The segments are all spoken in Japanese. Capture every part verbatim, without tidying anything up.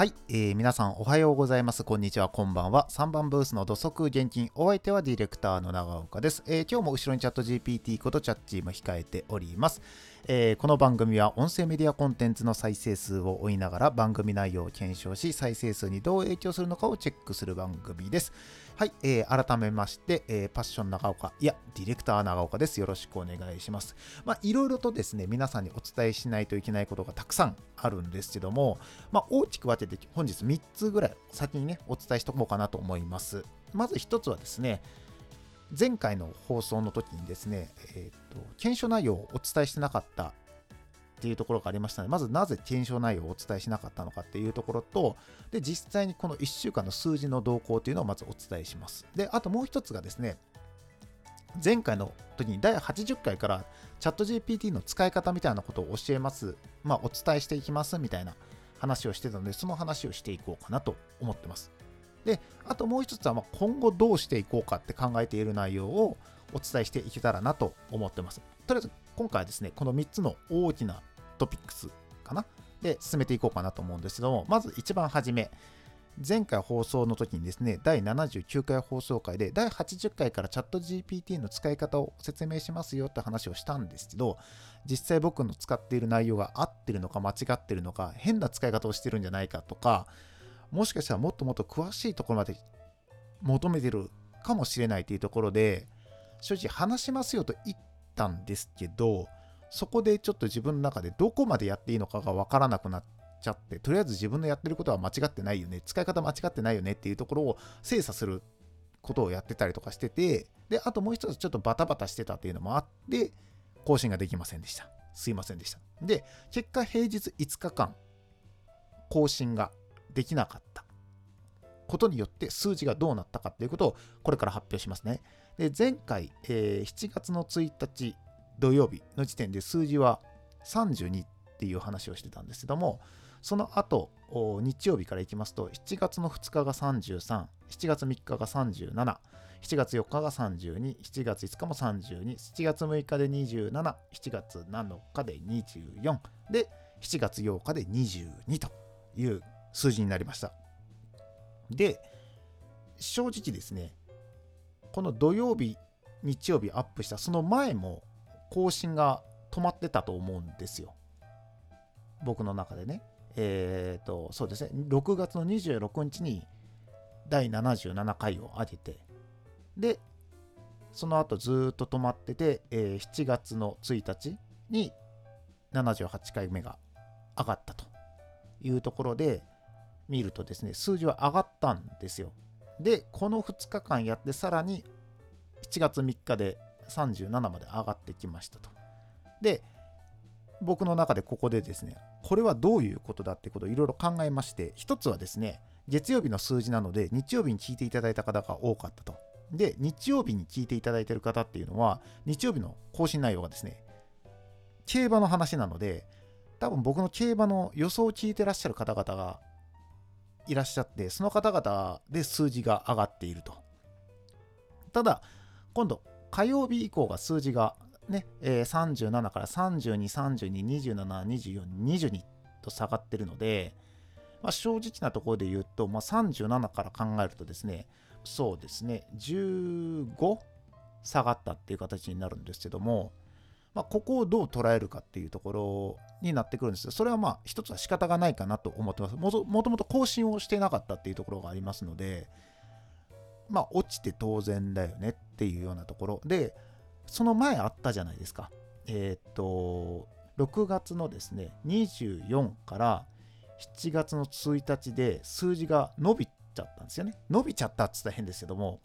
はい、えー皆さんおはようございます。こんにちは、こんばんは。さんばんブースの土足現金。お相手はディレクターの長岡です。えー今日も後ろにチャット ジーピーティー ことチャッチーも控えております。えーこの番組は音声メディアコンテンツの再生数を追いながら番組内容を検証し、再生数にどう影響するのかをチェックする番組です。はい、えー改めまして、えーパッション長岡、いや、ディレクター長岡です。よろしくお願いします。まあ、いろいろとですね、皆さんにお伝えしないといけないことがたくさんあるんですけども、まあ、大きく分けて本日みっつぐらい先にね、お伝えしておこうかなと思います。まずひとつはですね、前回の放送の時にですね、えーと、検証内容をお伝えしてなかったっていうところがありましたので、まずなぜ検証内容をお伝えしなかったのかっていうところと、で、実際にこのいっしゅうかんの数字の動向っていうのをまずお伝えします。で、あともう一つがですね、前回の時にだいはちじゅっかいからチャット ジーピーティー の使い方みたいなことを教えます、まあ、お伝えしていきますみたいな話をしてたので、その話をしていこうかなと思ってます。で、あともう一つは、まあ今後どうしていこうかって考えている内容をお伝えしていけたらなと思ってます。とりあえず今回はですね、このみっつの大きなトピックスかなで進めていこうかなと思うんですけども、まず一番初め、前回放送の時にですね、だいななじゅうきゅうかい放送回でだいはちじゅっかいからチャット ジーピーティー の使い方を説明しますよって話をしたんですけど、実際僕の使っている内容が合ってるのか間違ってるのか、変な使い方をしてるんじゃないかとか、もしかしたらもっともっと詳しいところまで求めてるかもしれないというところで、正直話しますよと言ったんですけど、そこでちょっと自分の中でどこまでやっていいのかがわからなくなってちゃって、とりあえず自分のやってることは間違ってないよね、使い方間違ってないよねっていうところを精査することをやってたりとかしてて、で、あともう一つちょっとバタバタしてたっていうのもあって、更新ができませんでした。すいませんでした。で、結果平日いつかかん更新ができなかったことによって数字がどうなったかっていうことをこれから発表しますね。で、前回、えーしちがつのついたち土曜日の時点で数字はさんじゅうにっていう話をしてたんですけども、その後、日曜日からいきますと、しちがつのふつかがさんじゅうさん、しちがつみっかがさんじゅうなな、しちがつよっかがさんじゅうに、しちがついつかもさんじゅうに、しちがつむいかでにじゅうなな、しちがつなのかでにじゅうよん、で、しちがつようかでにじゅうにという数字になりました。で、正直ですね、この土曜日、日曜日アップしたその前も更新が止まってたと思うんですよ。僕の中でね。えっと、そうですね、ろくがつのにじゅうろくにちにだいななじゅうななかいを上げて、で、その後ずっと止まってて、えーしちがつのついたちにななじゅうはちかいめが上がったというところで見るとですね、数字は上がったんですよ。で、このふつかかんやってさらにしちがつみっかでさんじゅうななまで上がってきましたと。で、僕の中でここでですね、これはどういうことだってことをいろいろ考えまして、一つはですね、月曜日の数字なので日曜日に聞いていただいた方が多かったと。で、日曜日に聞いていただいている方っていうのは、日曜日の更新内容がですね、競馬の話なので、多分僕の競馬の予想を聞いてらっしゃる方々がいらっしゃって、その方々で数字が上がっていると。ただ、今度火曜日以降が数字がね、えー、さんじゅうななからさんじゅうに、さんじゅうに、にじゅうなな、にじゅうよん、にじゅうにと下がってるので、まあ、正直なところで言うと、まあ、さんじゅうななから考えるとですね、そうですね、じゅうご下がったっていう形になるんですけども、まあ、ここをどう捉えるかっていうところになってくるんですよ。それはまあ一つは仕方がないかなと思ってます。もともと更新をしてなかったっていうところがありますので、まあ落ちて当然だよねっていうようなところで、その前あったじゃないですか。えっと、ろくがつのですね、にじゅうよんからしちがつのついたちで数字が伸びちゃったんですよね。伸びちゃったって言ったら変ですけども、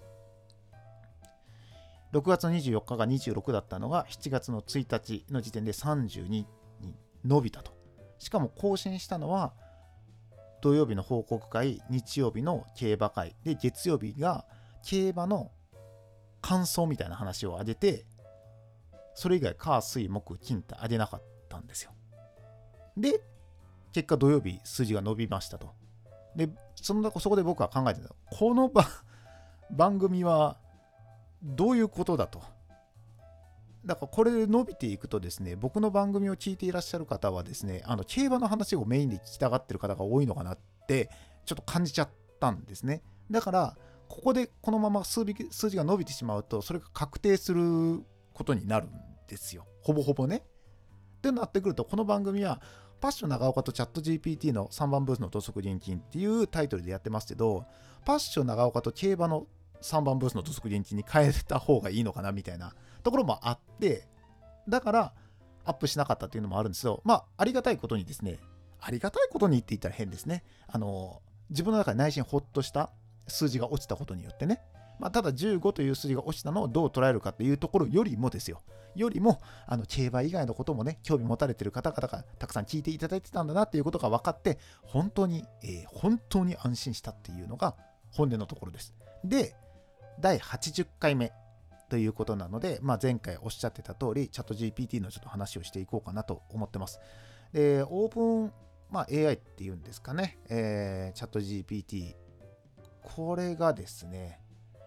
ろくがつのにじゅうよっかがにじゅうろくだったのがしちがつのついたちの時点でさんじゅうにに伸びたと。しかも更新したのは土曜日の報告会、日曜日の競馬会で、月曜日が競馬の感想みたいな話を上げて、それ以外火水木金って上げなかったんですよ。で、結果土曜日数字が伸びましたと。で、そのそこで僕は考えてた。この番組はどういうことだと。 だからこれで伸びていくとですね、僕の番組を聞いていらっしゃる方はですね、あの競馬の話をメインで聞きたがってる方が多いのかなってちょっと感じちゃったんですね。だからここでこのまま数字数字が伸びてしまうと、それが確定することになるんですよ。ほぼほぼね。ってなってくると、この番組はパッション長岡とチャット ジーピーティー のさんばんブースの土足現金っていうタイトルでやってますけど、パッション長岡と競馬のさんばんブースの土足現金に変えた方がいいのかなみたいなところもあって、だからアップしなかったっていうのもあるんですけど、まあありがたいことにですね、ありがたいことにって言ったら変ですね。あの自分の中で内心ほっとした数字が落ちたことによってね、まあ、ただじゅうごという数字が落ちたのをどう捉えるかっていうところよりもですよ、よりもあの競馬以外のこともね、興味持たれてる方々がたくさん聞いていただいてたんだなっていうことが分かって、本当に、えー、本当に安心したっていうのが本音のところです。で、だいはちじゅっかいめということなので、まあ、前回おっしゃってた通り、チャット ジーピーティー のちょっと話をしていこうかなと思ってます。で、オープン、まあ、エーアイ っていうんですかね、えー、チャット ジーピーティー、これがですね、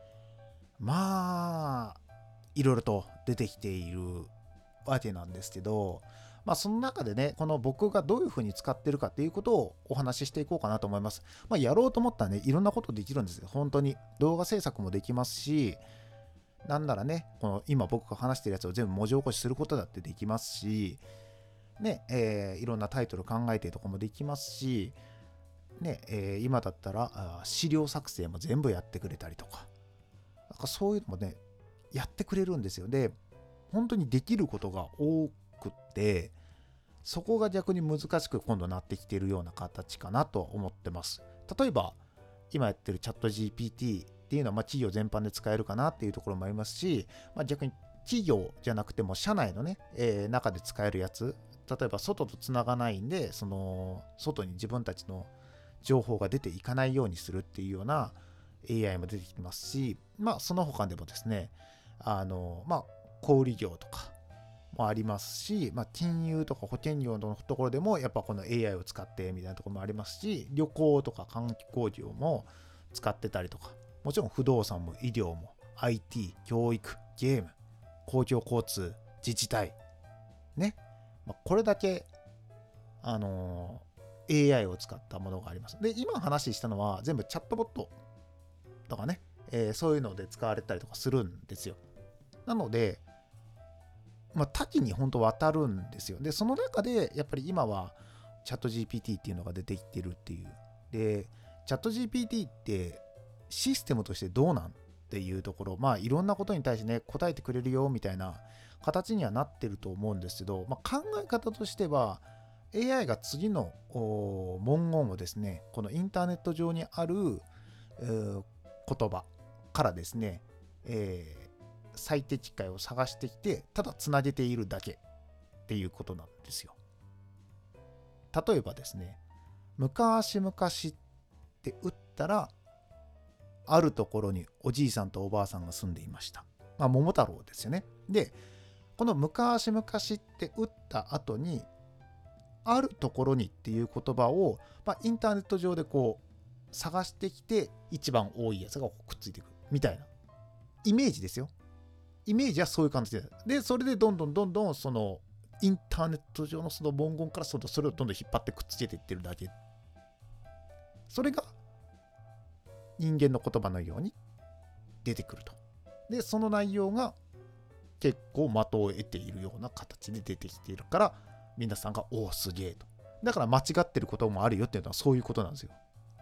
まあ、いろいろと出てきているわけなんですけど、まあその中でね、この僕がどういう風に使ってるかっていうことをお話ししていこうかなと思います。まあやろうと思ったらね、いろんなことできるんですよ。本当に。動画制作もできますし、なんならね、この今僕が話してるやつを全部文字起こしすることだってできますし、ね、えー、いろんなタイトル考えてとかもできますし、ね、えー、今だったら資料作成も全部やってくれたりとか、なんかそういうのもね、やってくれるんですよ。で、本当にできることが多くて、そこが逆に難しく今度なってきているような形かなと思ってます。例えば、今やってるチャット ジーピーティー っていうのは、まあ企業全般で使えるかなっていうところもありますし、まあ、逆に企業じゃなくても社内のね、えー、中で使えるやつ、例えば外とつながないんで、その外に自分たちの情報が出ていかないようにするっていうような エーアイ も出てきてますし、まあその他でもですね、あのまあ小売業とかもありますし、まあ、金融とか保険業のところでもやっぱこの エーアイ を使ってみたいなところもありますし、旅行とか観光業も使ってたりとか、もちろん不動産も医療も アイティー、教育、ゲーム、公共交通、自治体ね、まあ、これだけあのー、エーアイ を使ったものがあります。で、今話したのは全部チャットボットとかね、えー、そういうので使われたりとかするんですよ。なので、まあ、多岐に本当渡るんですよ。で、その中でやっぱり今はチャット ジーピーティー っていうのが出てきてるっていう。で、チャット ジーピーティー ってシステムとしてどうなんっていうところ、まあいろんなことに対してね、答えてくれるよみたいな形にはなってると思うんですけど、まあ、考え方としては エーアイ が次の文言をですね、このインターネット上にある言葉からですね、えー最適解を探してきて、ただつなげているだけっていうことなんですよ。例えばですね、昔々って打ったら、あるところにおじいさんとおばあさんが住んでいました。まあ、桃太郎ですよね。で、この昔々って打った後に、あるところにっていう言葉を、まあ、インターネット上でこう探してきて、一番多いやつがくっついていくみたいなイメージですよ。イメージはそういう感じで、で、それでどんどんどんどんそのインターネット上のその文言からそれをどんどん引っ張ってくっつけていってるだけ。それが人間の言葉のように出てくると。で、その内容が結構的を得ているような形で出てきているから、皆さんがおおすげえと。だから間違ってることもあるよっていうのはそういうことなんですよ。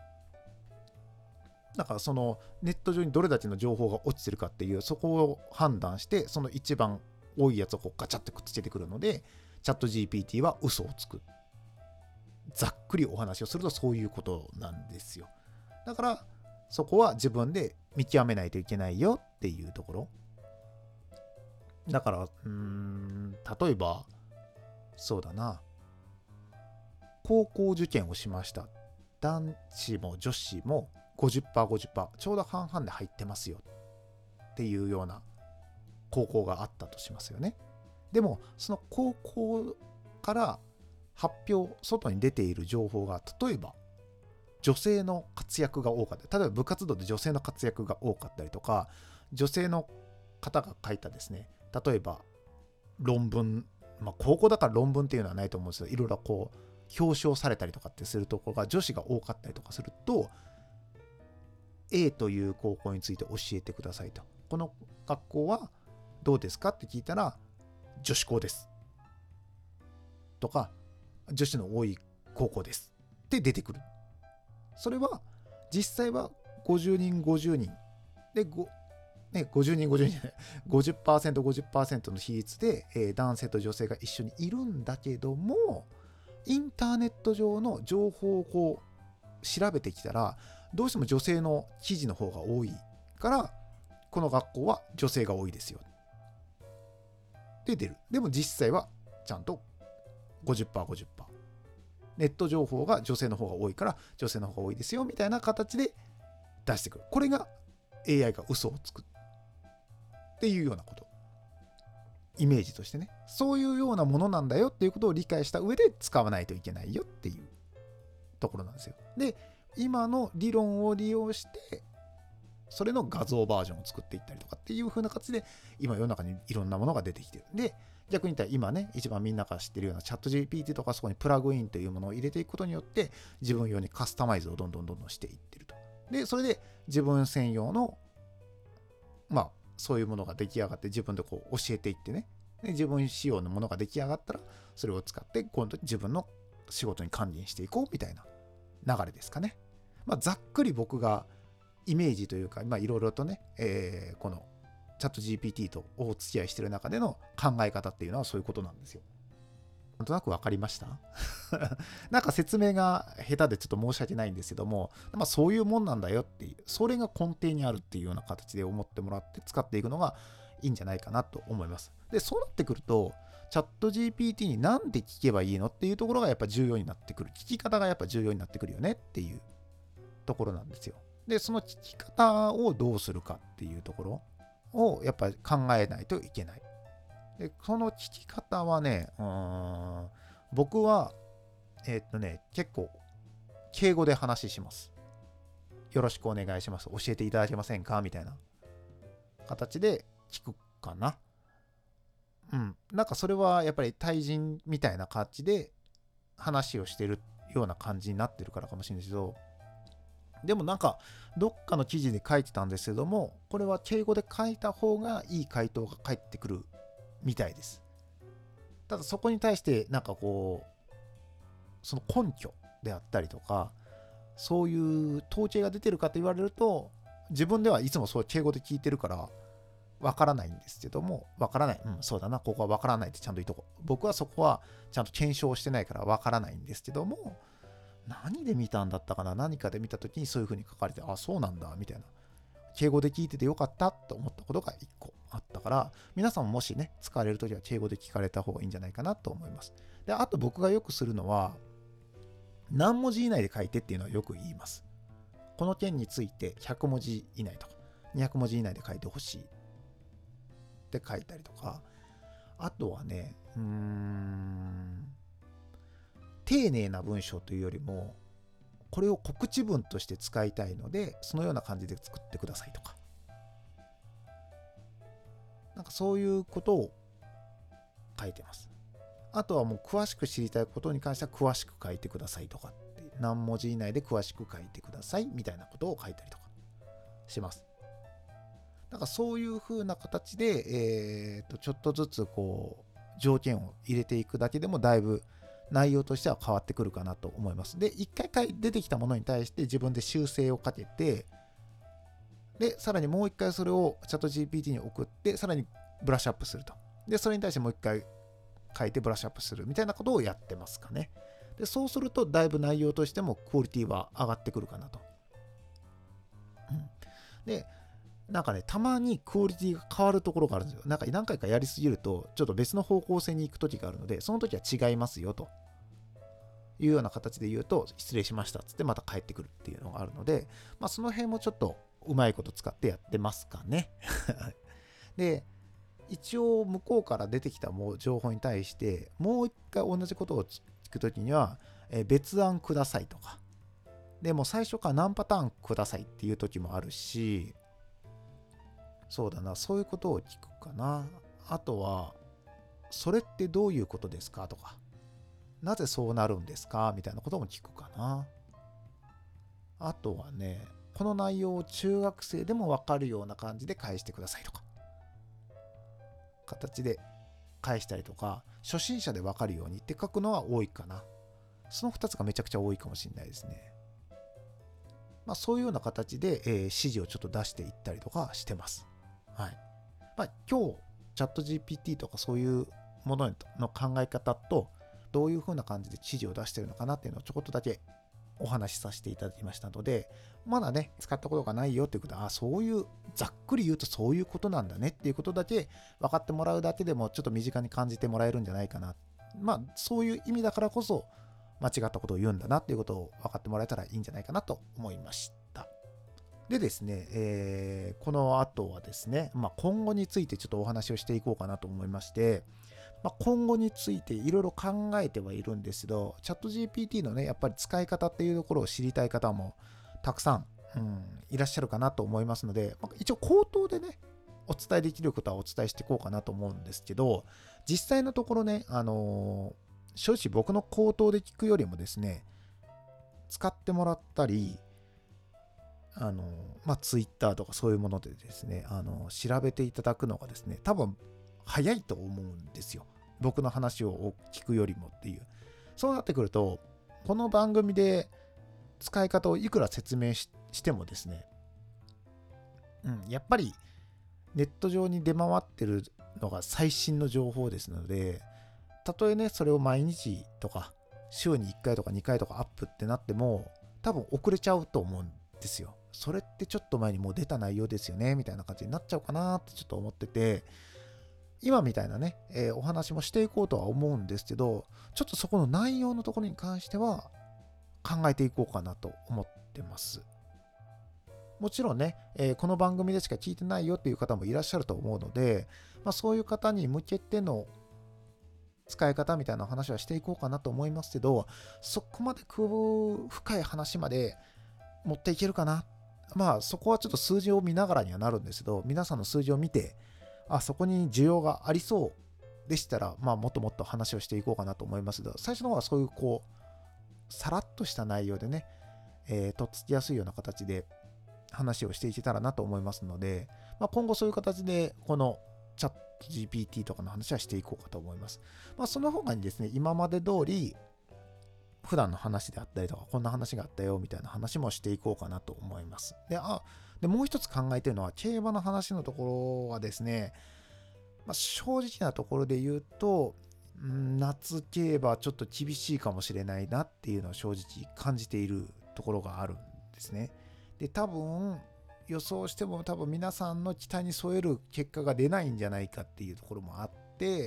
だからそのネット上にどれだけの情報が落ちてるかっていう、そこを判断してその一番多いやつをこうガチャってくっつけてくるので、チャット ジーピーティー は嘘をつく。ざっくりお話をするとそういうことなんですよ。だからそこは自分で見極めないといけないよっていうところ。だからうーん例えばそうだな、高校受験をしました。男子も女子もごじゅっパーセント、ごじゅっパーセント、ちょうど半々で入ってますよっていうような高校があったとしますよね。でもその高校から発表、外に出ている情報が、例えば女性の活躍が多かった、例えば部活動で女性の活躍が多かったりとか、女性の方が書いたですね、例えば論文、まあ高校だから論文っていうのはないと思うんですけど、いろいろこう表彰されたりとかってするところが女子が多かったりとかすると、 A という高校について教えてくださいと。この学校はどうですかって聞いたら、女子校ですとか、女子の多い高校ですって出てくる。それは実際はごじゅうにんごじゅうにんで、ね、ごじゅうにんごじゅうにんじゃない ごじゅっパーセントごじゅっパーセント の比率で、えー男性と女性が一緒にいるんだけども、インターネット上の情報をこう調べてきたら、どうしても女性の記事の方が多いから、この学校は女性が多いですよで出る。でも実際はちゃんと ごじゅっパーセントごじゅっパーセント、ネット情報が女性の方が多いから女性の方が多いですよみたいな形で出してくる。これが エーアイ が嘘をつくっていうようなこと、イメージとしてね、そういうようなものなんだよっていうことを理解した上で使わないといけないよっていうところなんですよ。で、今の理論を利用してそれの画像バージョンを作っていったりとかっていう風な形で、今世の中にいろんなものが出てきてる。で、逆に言ったら今ね、一番みんなが知ってるようなチャット ジーピーティー とか、そこにプラグインというものを入れていくことによって、自分用にカスタマイズをどんどんどんどんしていってると。で、それで自分専用の、まあ、そういうものが出来上がって、自分でこう教えていってね、で自分仕様のものが出来上がったら、それを使って今度自分の仕事に関連していこうみたいな流れですかね。まあ、ざっくり僕がイメージというか、まあいろいろとね、えー、このチャット ジーピーティー とお付き合いしている中での考え方っていうのはそういうことなんですよ。なんとなく分かりましたなんか説明が下手でちょっと申し訳ないんですけども、まあそういうもんなんだよっていう、それが根底にあるっていうような形で思ってもらって使っていくのがいいんじゃないかなと思います。で、そうなってくると、チャット ジーピーティー になんで聞けばいいのっていうところがやっぱ重要になってくる。聞き方がやっぱ重要になってくるよねっていうところなんですよ。で、その聞き方をどうするかっていうところをやっぱり考えないといけない。で、その聞き方はね、うーん、僕は、えー、っとね、結構、敬語で話します。よろしくお願いします。教えていただけませんかみたいな形で聞くかな。うん。なんかそれはやっぱり対人みたいな感じで話をしてるような感じになってるからかもしれないですけど、でもなんかどっかの記事で書いてたんですけども、これは敬語で書いた方がいい回答が返ってくるみたいです。ただそこに対してなんかこう、その根拠であったりとか、そういう統計が出てるかと言われると、自分ではいつもそう敬語で聞いてるからわからないんですけども、わからない。うん、そうだな、ここはわからないってちゃんと言っとこう。僕はそこはちゃんと検証してないからわからないんですけども、何で見たんだったかな、何かで見たときにそういう風に書かれて、あ、そうなんだ、みたいな。敬語で聞いててよかったと思ったことがいっこあったから、皆さんももしね、使われるときは敬語で聞かれた方がいいんじゃないかなと思います。で、あと僕がよくするのは、何文字以内で書いてっていうのはよく言います。この件についてひゃくもじ以内とか、にひゃくもじ以内で書いてほしいって書いたりとか、あとはね、うーん、丁寧な文章というよりも、これを告知文として使いたいので、そのような感じで作ってくださいとか、なんかそういうことを書いてます。あとはもう詳しく知りたいことに関しては詳しく書いてくださいとかって、何文字以内で詳しく書いてくださいみたいなことを書いたりとかします。だからそういう風な形で、えーと、ちょっとずつこう条件を入れていくだけでもだいぶ内容としては変わってくるかなと思います。で、一回出てきたものに対して自分で修正をかけて、で、さらにもう一回それをチャット ジーピーティー に送って、さらにブラッシュアップすると。で、それに対してもう一回書いてブラッシュアップするみたいなことをやってますかね。で、そうするとだいぶ内容としてもクオリティは上がってくるかなと。うん、で、なんかね、たまにクオリティが変わるところがあるんですよ。なんか何回かやりすぎると、ちょっと別の方向性に行く時があるので、その時は違いますよというような形で言うと、失礼しましたっつってまた帰ってくるっていうのがあるので、まあその辺もちょっとうまいこと使ってやってますかね。で、一応向こうから出てきたもう情報に対して、もう一回同じことを聞くときには、え別案くださいとか。でも最初から何パターンくださいっていう時もあるし、そうだな、そういうことを聞くかな。あとは、 それってどういうことですかとか、なぜそうなるんですかみたいなことも聞くかな。あとはね、この内容を中学生でも分かるような感じで返してくださいとか、形で返したりとか、初心者で分かるようにって書くのは多いかな。そのふたつがめちゃくちゃ多いかもしれないですね。まあ、そういうような形で、えー、指示をちょっと出していったりとかしてます。はい。まあ、今日、チャット ジーピーティー とかそういうものの考え方と、どういう風な感じで指示を出してるのかなっていうのをちょこっとだけお話しさせていただきましたので、まだね、使ったことがないよっていうことは、あ、そういう、ざっくり言うとそういうことなんだねっていうことだけ分かってもらうだけでも、ちょっと身近に感じてもらえるんじゃないかな。まあ、そういう意味だからこそ、間違ったことを言うんだなっていうことを分かってもらえたらいいんじゃないかなと思いました。でですね、えー、この後はですね、まあ、今後についてちょっとお話をしていこうかなと思いまして、まあ、今後についていろいろ考えてはいるんですけど、チャット ジーピーティー のね、やっぱり使い方っていうところを知りたい方もたくさん、うん、いらっしゃるかなと思いますので、まあ、一応口頭でね、お伝えできることはお伝えしていこうかなと思うんですけど、実際のところね、あのー正直僕の口頭で聞くよりもですね、使ってもらったり、あの、まあ、Twitter とかそういうものでですね、あの、調べていただくのがですね、多分早いと思うんですよ。僕の話を聞くよりもっていう。そうなってくると、この番組で使い方をいくら説明 し, してもですね、うん、やっぱりネット上に出回ってるのが最新の情報ですので、たとえね、それを毎日とか、週にいっかいとかにかいとかアップってなっても、多分遅れちゃうと思うんですよ。それってちょっと前にもう出た内容ですよね、みたいな感じになっちゃうかなってちょっと思ってて、今みたいなね、えー、お話もしていこうとは思うんですけど、ちょっとそこの内容のところに関しては考えていこうかなと思ってます。もちろんね、えー、この番組でしか聞いてないよっていう方もいらっしゃると思うので、まあ、そういう方に向けての使い方みたいな話はしていこうかなと思いますけど、そこまで深い話まで持っていけるかな。まあそこはちょっと数字を見ながらにはなるんですけど、皆さんの数字を見て、あ、そこに需要がありそうでしたら、まあもっともっと話をしていこうかなと思いますけど、最初の方はそういうこう、さらっとした内容でね、えー、とっつきやすいような形で話をしていけたらなと思いますので、まあ、今後そういう形でこのチャット ジーピーティー とかの話はしていこうかと思います。まあ、その他にですね、今まで通り普段の話であったりとか、こんな話があったよみたいな話もしていこうかなと思います。で、あ、でもう一つ考えてるのは、競馬の話のところはですね、まあ、正直なところで言うと、ん夏競馬ちょっと厳しいかもしれないなっていうのを正直感じているところがあるんですね。で、多分、予想しても多分皆さんの期待に添える結果が出ないんじゃないかっていうところもあって、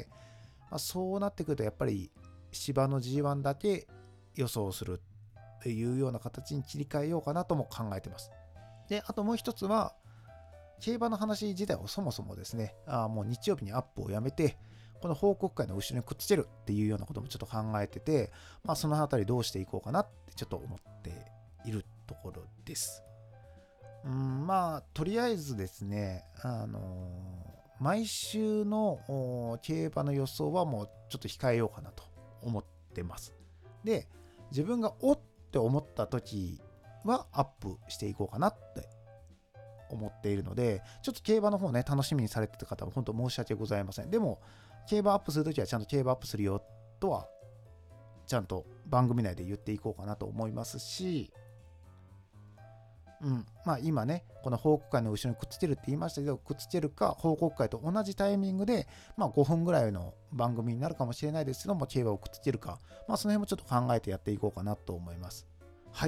まあ、そうなってくるとやっぱり芝の ジーワン だけ予想するっていうような形に切り替えようかなとも考えてます。で、あともう一つは、競馬の話自体をそもそもですね、あもう日曜日にアップをやめて、この報告会の後ろにくっつけるっていうようなこともちょっと考えてて、まあ、そのあたりどうしていこうかなってちょっと思っているところです。うん、まあとりあえずですね、あのー、毎週の競馬の予想はもうちょっと控えようかなと思ってます。で、自分がおって思った時はアップしていこうかなって思っているので、ちょっと競馬の方ね、楽しみにされてた方は本当申し訳ございません。でも、競馬アップするときはちゃんと競馬アップするよとは、ちゃんと番組内で言っていこうかなと思いますし、うん、まあ今ね、この報告会の後ろにくっつけるって言いましたけど、くっつけるか報告会と同じタイミングで、まあごふんぐらいの番組になるかもしれないですけども、競馬をくっつけるか、まあその辺もちょっと考えてやっていこうかなと思います。はい。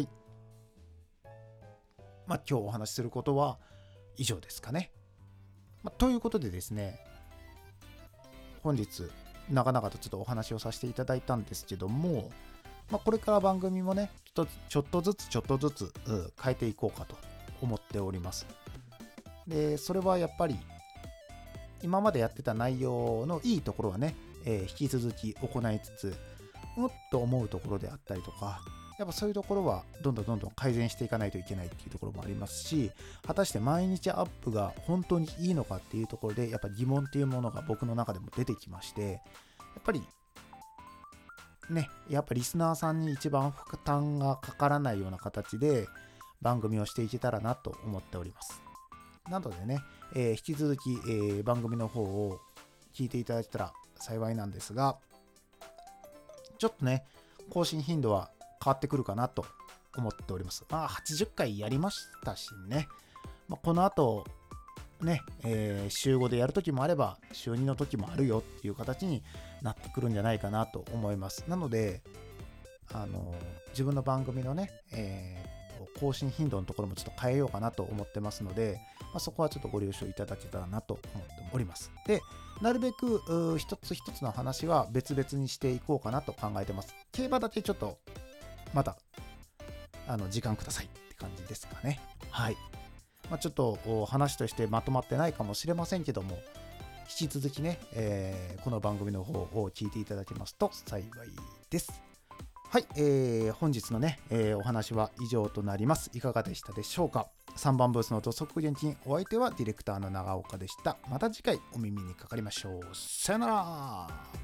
まあ今日お話しすることは以上ですかね。まあ、ということでですね、本日長々とちょっとお話をさせていただいたんですけども、まあ、これから番組もねちょっと、ちょっとずつちょっとずつ、うん、変えていこうかと思っております。で、それはやっぱり今までやってた内容のいいところはね、えー、引き続き行いつつ、もっと思うところであったりとか、 やっぱそういうところはどんどんどんどん改善していかないといけないっていうところもありますし、果たして毎日アップが本当にいいのかっていうところでやっぱ疑問っていうものが僕の中でも出てきまして、やっぱりね、やっぱリスナーさんに一番負担がかからないような形で番組をしていけたらなと思っております。なのでね、えー引き続き、えー番組の方を聞いていただけたら幸いなんですが、ちょっとね、更新頻度は変わってくるかなと思っております。まあ、はちじゅっかいやりましたしね、まあ、この後、ね、えー週ごでやるときもあれば、週にの時もあるよっていう形になってくるんじゃないかなと思います。なので、あの自分の番組のね、えー更新頻度のところもちょっと変えようかなと思ってますので、まあ、そこはちょっとご了承いただけたらなと思っております。で、なるべくうー一つ一つの話は別々にしていこうかなと考えてます。競馬だけちょっとまたあの時間くださいって感じですかね。はい。まあ、ちょっとお話としてまとまってないかもしれませんけども、引き続きね、えーこの番組の方を聞いていただけますと幸いです。はい、えー本日のね、えーお話は以上となります。いかがでしたでしょうか。さんばんブースの土足現金、お相手はディレクターの長岡でした。また次回お耳にかかりましょう。さよなら。